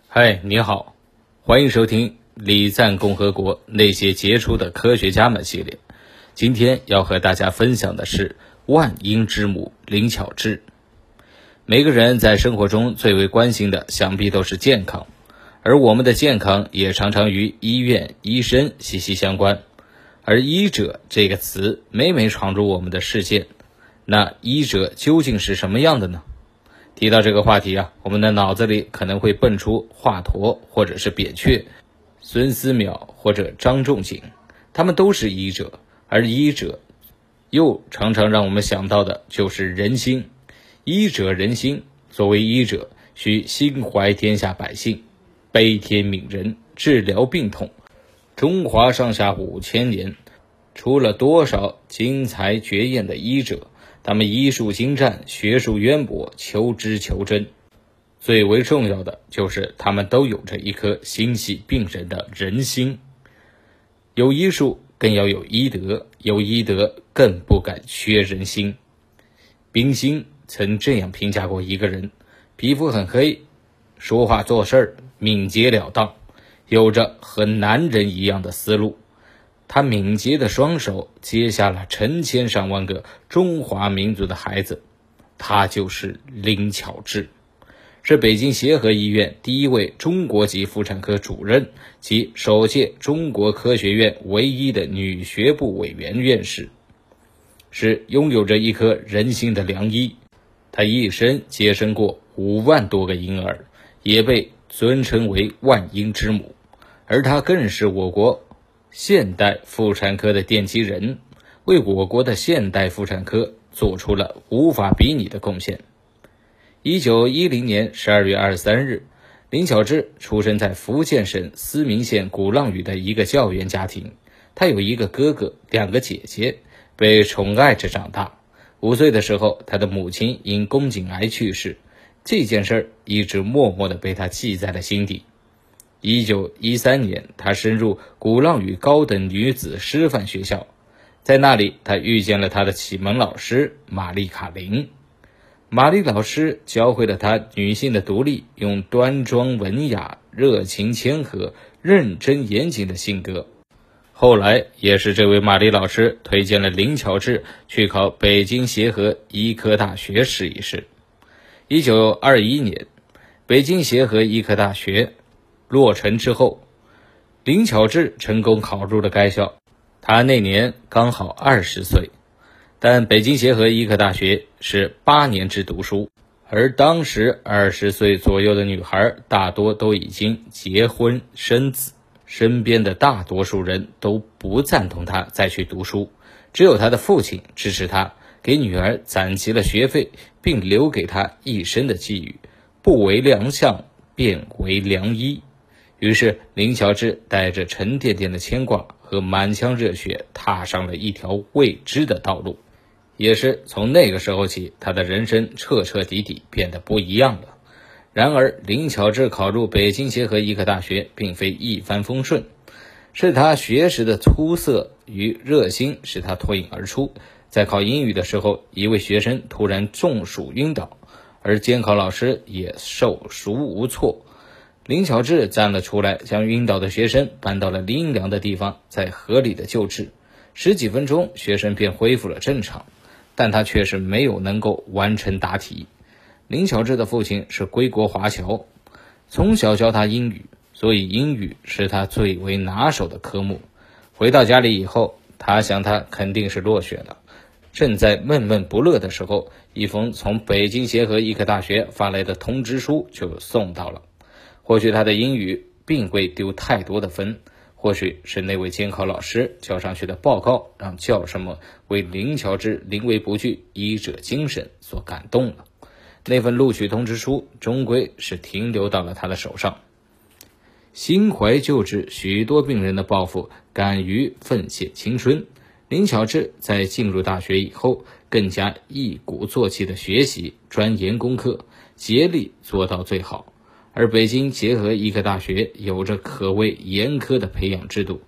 嗨，你好，欢迎收听礼赞共和国那些杰出的科学家们系列。今天要和大家分享的是万婴之母林巧稚。每个人在生活中最为关心的想必都是健康，而我们的健康也常常与医院、医生息息相关。而医者这个词每每闯入我们的视线，那医者究竟是什么样的呢？提到这个话题我们的脑子里可能会蹦出华佗或者是扁鹊、孙思邈或者张仲景，他们都是医者，而医者又常常让我们想到的就是人心。医者仁心，作为医者需心怀天下百姓，悲天悯人，治疗病痛。中华上下5000年，出了多少惊才绝艳的医者，他们医术精湛，学术渊博，求知求真。最为重要的就是他们都有着一颗心系病人的人心。有医术更要有医德，有医德更不敢缺人心。冰心曾这样评价过一个人：皮肤很黑，说话做事敏捷了当，有着和男人一样的思路。他敏捷的双手接下了成千上万个中华民族的孩子，他就是林巧稚，是北京协和医院第一位中国籍妇产科主任及首届中国科学院唯一的女学部委员院士，是拥有着一颗人心的良医。他一生接生过5万多个婴儿，也被尊称为万婴之母，而他更是我国现代妇产科的奠基人，为我国的现代妇产科做出了无法比拟的贡献。1910年12月23日，林巧稚出生在福建省思明县鼓浪屿的一个教员家庭。他有一个哥哥，2个姐姐，被宠爱着长大。5岁的时候，他的母亲因宫颈癌去世，这件事一直默默地被他记在了心底。1913年，他升入鼓浪屿高等女子师范学校，在那里他遇见了他的启蒙老师玛丽卡琳。玛丽老师教会了他女性的独立，用端庄文雅、热情谦和、认真严谨的性格。后来也是这位玛丽老师推荐了林巧稚去考北京协和医科大学试一试。1921年，北京协和医科大学落成之后，林巧稚成功考入了该校。她那年刚好20岁，但北京协和医科大学是8年制读书，而当时20岁左右的女孩大多都已经结婚生子，身边的大多数人都不赞同她再去读书，只有她的父亲支持她，给女儿攒齐了学费，并留给她一生的寄语：不为良相，便为良医。于是林巧稚带着沉甸甸的牵挂和满腔热血，踏上了一条未知的道路。也是从那个时候起，他的人生彻彻底底变得不一样了。然而林巧稚考入北京协和医科大学并非一帆风顺，是他学识的出色与热心使他脱颖而出。在考英语的时候，一位学生突然中暑晕倒，而监考老师也手足无措。林巧稚站了出来，将晕倒的学生搬到了阴凉的地方，再合理的救治。10几分钟，学生便恢复了正常，但他却是没有能够完成答题。林巧稚的父亲是归国华侨，从小教他英语，所以英语是他最为拿手的科目。回到家里以后，他想他肯定是落选了。正在闷闷不乐的时候，一封从北京协和医科大学发来的通知书就送到了。或许他的英语并未丢太多的分，或许是那位监考老师交上去的报告让教授们为林巧稚临危不惧、医者精神所感动了。那份录取通知书终归是停留到了他的手上。心怀救治许多病人的抱负，敢于奉献青春，林巧稚在进入大学以后，更加一鼓作气的学习，钻研功课，竭力做到最好。而北京协和医科大学有着可谓严苛的培养制度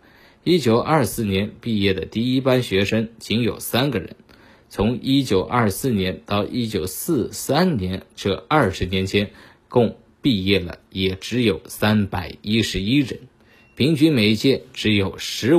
，1924年毕业的第一班学生仅有3个人。从1924年到1943年这20年间，共毕业了也只有311人，平均每届只有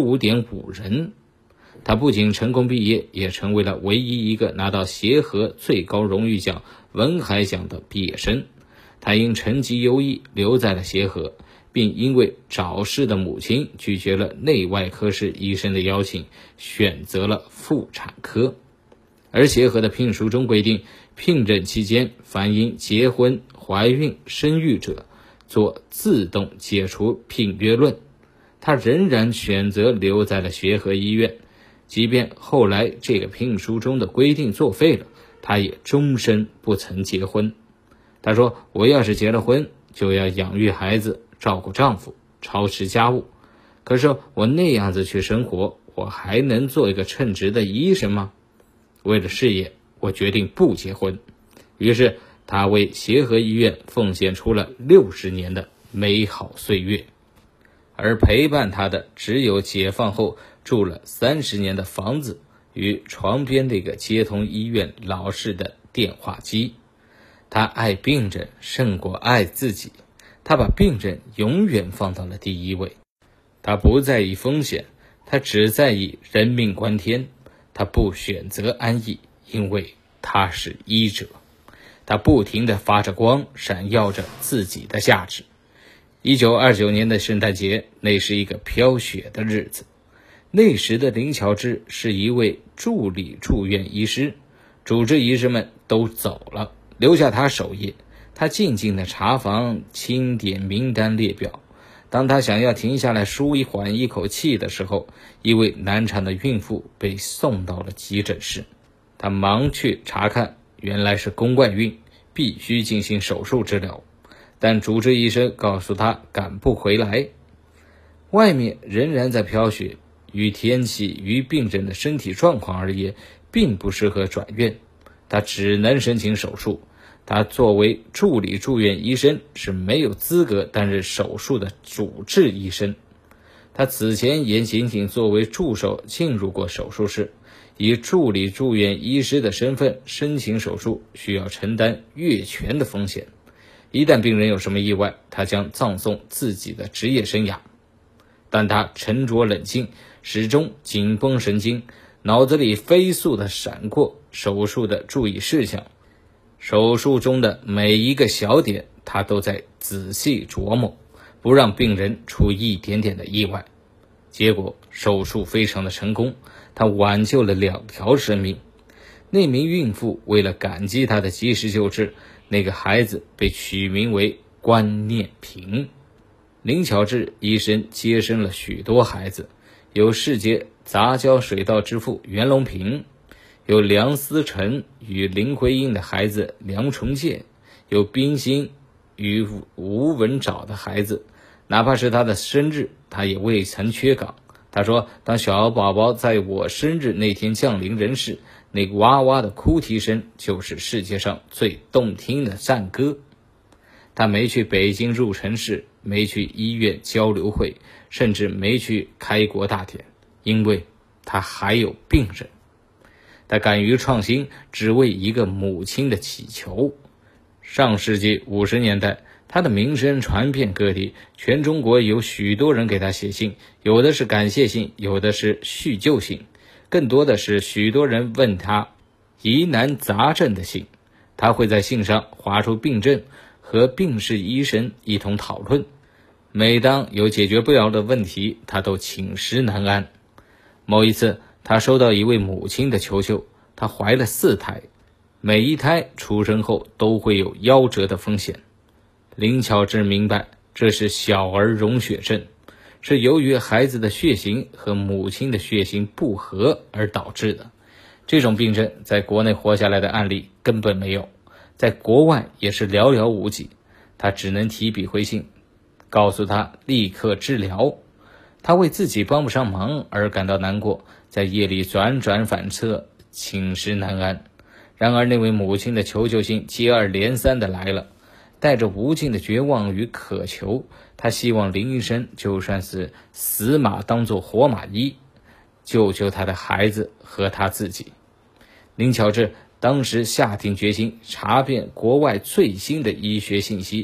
15.5人。他不仅成功毕业，也成为了唯一一个拿到协和最高荣誉奖文海奖的毕业生。他因成绩优异留在了协和，并因为早逝的母亲拒绝了内外科室医生的邀请，选择了妇产科。而协和的聘书中规定，聘任期间凡因结婚、怀孕、生育者，做自动解除聘约论。他仍然选择留在了协和医院，即便后来这个聘书中的规定作废了，他也终身不曾结婚。他说，我要是结了婚，就要养育孩子，照顾丈夫，操持家务。可是我那样子去生活，我还能做一个称职的医生吗？为了事业，我决定不结婚。于是他为协和医院奉献出了60年的美好岁月。而陪伴他的只有解放后住了30年的房子与床边那个接通医院老师的电话机。他爱病人胜过爱自己，他把病人永远放到了第一位。他不在意风险，他只在意人命关天。他不选择安逸，因为他是医者。他不停地发着光，闪耀着自己的价值。1929年的圣诞节，那是一个飘雪的日子。那时的林巧稚是一位助理住院医师，主治医生们都走了，留下他守夜。他静静地查房，清点名单列表。当他想要停下来舒缓一口气的时候，一位难产的孕妇被送到了急诊室。他忙去查看，原来是宫外孕，必须进行手术治疗。但主治医生告诉他赶不回来。外面仍然在飘雪，与天气与病人的身体状况而言，并不适合转院。他只能申请手术。他作为助理住院医生是没有资格担任手术的主治医生。他此前也仅仅作为助手进入过手术室，以助理住院医师的身份申请手术需要承担越权的风险。一旦病人有什么意外，他将葬送自己的职业生涯。但他沉着冷静，始终紧绷神经，脑子里飞速地闪过手术的注意事项。手术中的每一个小点，他都在仔细琢磨，不让病人出一点点的意外。结果手术非常的成功，他挽救了2条生命。那名孕妇为了感激他的及时救治，那个孩子被取名为关念平。林巧稚医生接生了许多孩子，有世界杂交水稻之父袁隆平，有梁思成与林徽因的孩子梁崇建，有冰心与吴文藻的孩子。哪怕是他的生日，他也未曾缺岗。他说，当小宝宝在我生日那天降临人世，那个哇哇的哭啼声就是世界上最动听的赞歌。他没去北京入城市，没去医院交流会，甚至没去开国大典，因为他还有病人。他敢于创新，只为一个母亲的祈求。上世纪50年代，他的名声传遍各地，全中国有许多人给他写信，有的是感谢信，有的是叙旧信，更多的是许多人问他疑难杂症的信。他会在信上划出病症，和病室医生一同讨论。每当有解决不了的问题，他都寝食难安。某一次，他收到一位母亲的求救，她怀了4胎，每一胎出生后都会有夭折的风险。林巧稚明白，这是小儿溶血症，是由于孩子的血型和母亲的血型不合而导致的。这种病症在国内活下来的案例根本没有，在国外也是寥寥无几。他只能提笔回信，告诉他立刻治疗。他为自己帮不上忙而感到难过，在夜里辗转反侧，寝食难安。然而那位母亲的求救信接二连三的来了，带着无尽的绝望与渴求。他希望林医生就算是死马当作活马医，救救他的孩子和他自己。林巧稚当时下定决心查遍国外最新的医学信息，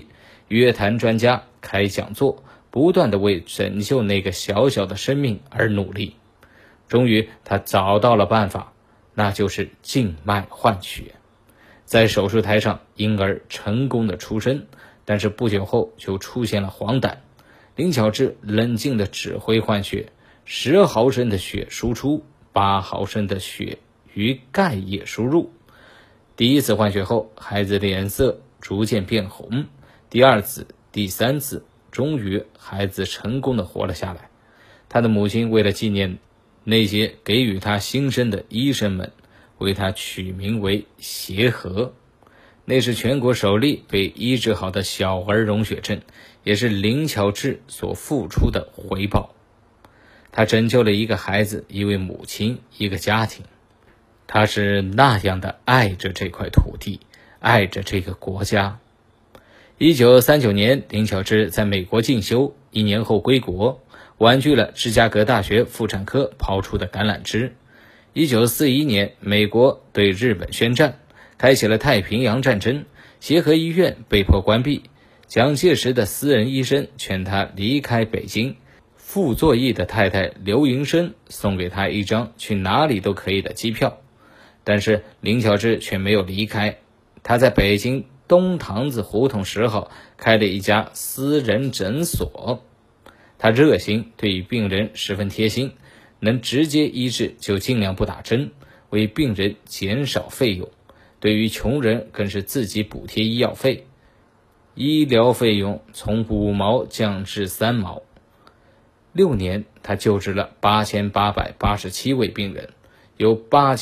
约谈专家，开讲座，不断地为拯救那个小小的生命而努力。终于他找到了办法，那就是静脉换血。在手术台上，婴儿成功的出生，但是不久后就出现了黄疸。林巧稚冷静地指挥换血，10毫升的血输出，8毫升的血与钙液输入。第一次换血后，孩子脸色逐渐变红，第二次、第三次，终于孩子成功地活了下来。他的母亲为了纪念那些给予他新生的医生们，为他取名为协和。那是全国首例被医治好的小儿溶血症，也是林巧稚所付出的回报。他拯救了一个孩子，一位母亲，一个家庭。他是那样的爱着这块土地，爱着这个国家。1939年，林巧稚在美国进修，1年后归国，婉拒了芝加哥大学妇产科抛出的橄榄枝。1941年，美国对日本宣战，开启了太平洋战争，协和医院被迫关闭。蒋介石的私人医生劝他离开北京，傅作义的太太刘云生送给他一张去哪里都可以的机票。但是林巧稚却没有离开，他在北京东堂子胡同10号开了一家私人诊所。他热心，对于病人十分贴心，能直接医治就尽量不打针，为病人减少费用。对于穷人更是自己补贴医药费，医疗费用从5毛降至3毛。6年，他救治了8887位病人，有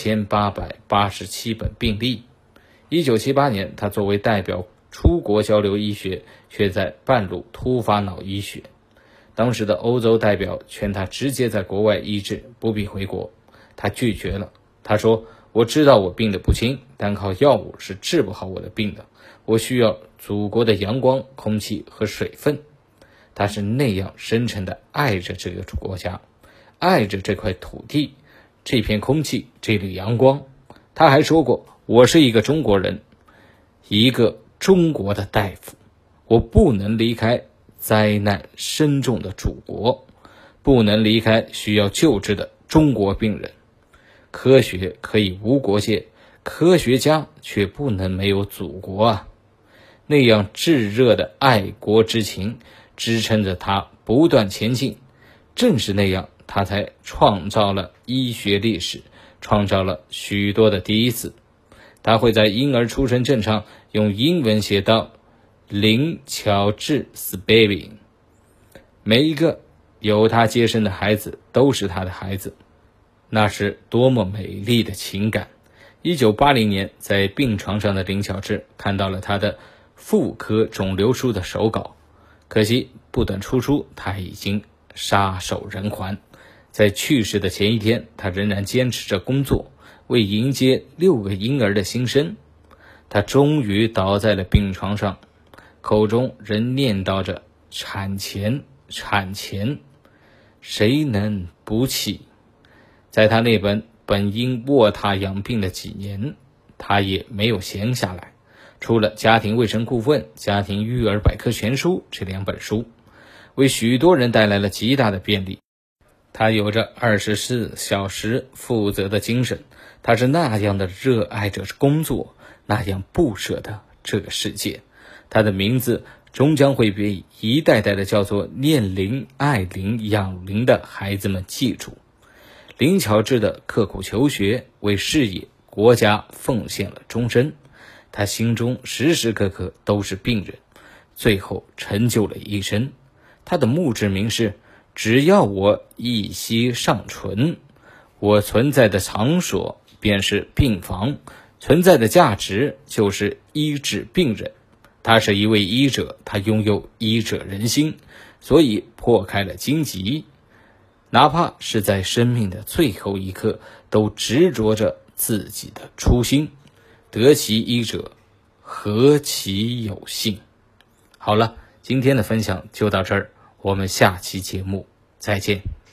8887本病历。1978年，他作为代表出国交流医学，却在半路突发脑溢血。当时的欧洲代表劝他直接在国外医治，不必回国，他拒绝了。他说，我知道我病得不轻，单靠药物是治不好我的病的，我需要祖国的阳光、空气和水分。他是那样深沉地爱着这个国家，爱着这块土地，这片空气，这缕阳光。他还说过，我是一个中国人，一个中国的大夫，我不能离开灾难深重的祖国，不能离开需要救治的中国病人。科学可以无国界，科学家却不能没有祖国啊！那样炙热的爱国之情支撑着他不断前进，正是那样，他才创造了医学历史，创造了许多的第一次。他会在婴儿出生证上用英文写道林巧稚 baby， 每一个由他接生的孩子都是他的孩子，那是多么美丽的情感。1980年，在病床上的林巧稚看到了他的妇科肿瘤书的手稿，可惜不等出书，他已经撒手人寰。在去世的前一天，他仍然坚持着工作，为迎接6个婴儿的新生。他终于倒在了病床上，口中仍念叨着产前，产前，谁能不气？在他那本应卧榻养病的几年，他也没有闲下来，出了《家庭卫生顾问》《家庭育儿百科全书》这2本书，为许多人带来了极大的便利。他有着24小时负责的精神，他是那样的热爱着工作，那样不舍得这个世界。他的名字终将会被一代代的叫做念林、爱林、养林的孩子们记住。林巧稚的刻苦求学，为事业、国家奉献了终身。他心中时时刻刻都是病人，最后成就了一生。他的墓志铭是：只要我一息尚存，我存在的场所便是病房，存在的价值就是医治病人。他是一位医者，他拥有医者仁心，所以破开了荆棘，哪怕是在生命的最后一刻，都执着着自己的初心。得其医者，何其有幸。好了，今天的分享就到这儿，我们下期节目再见。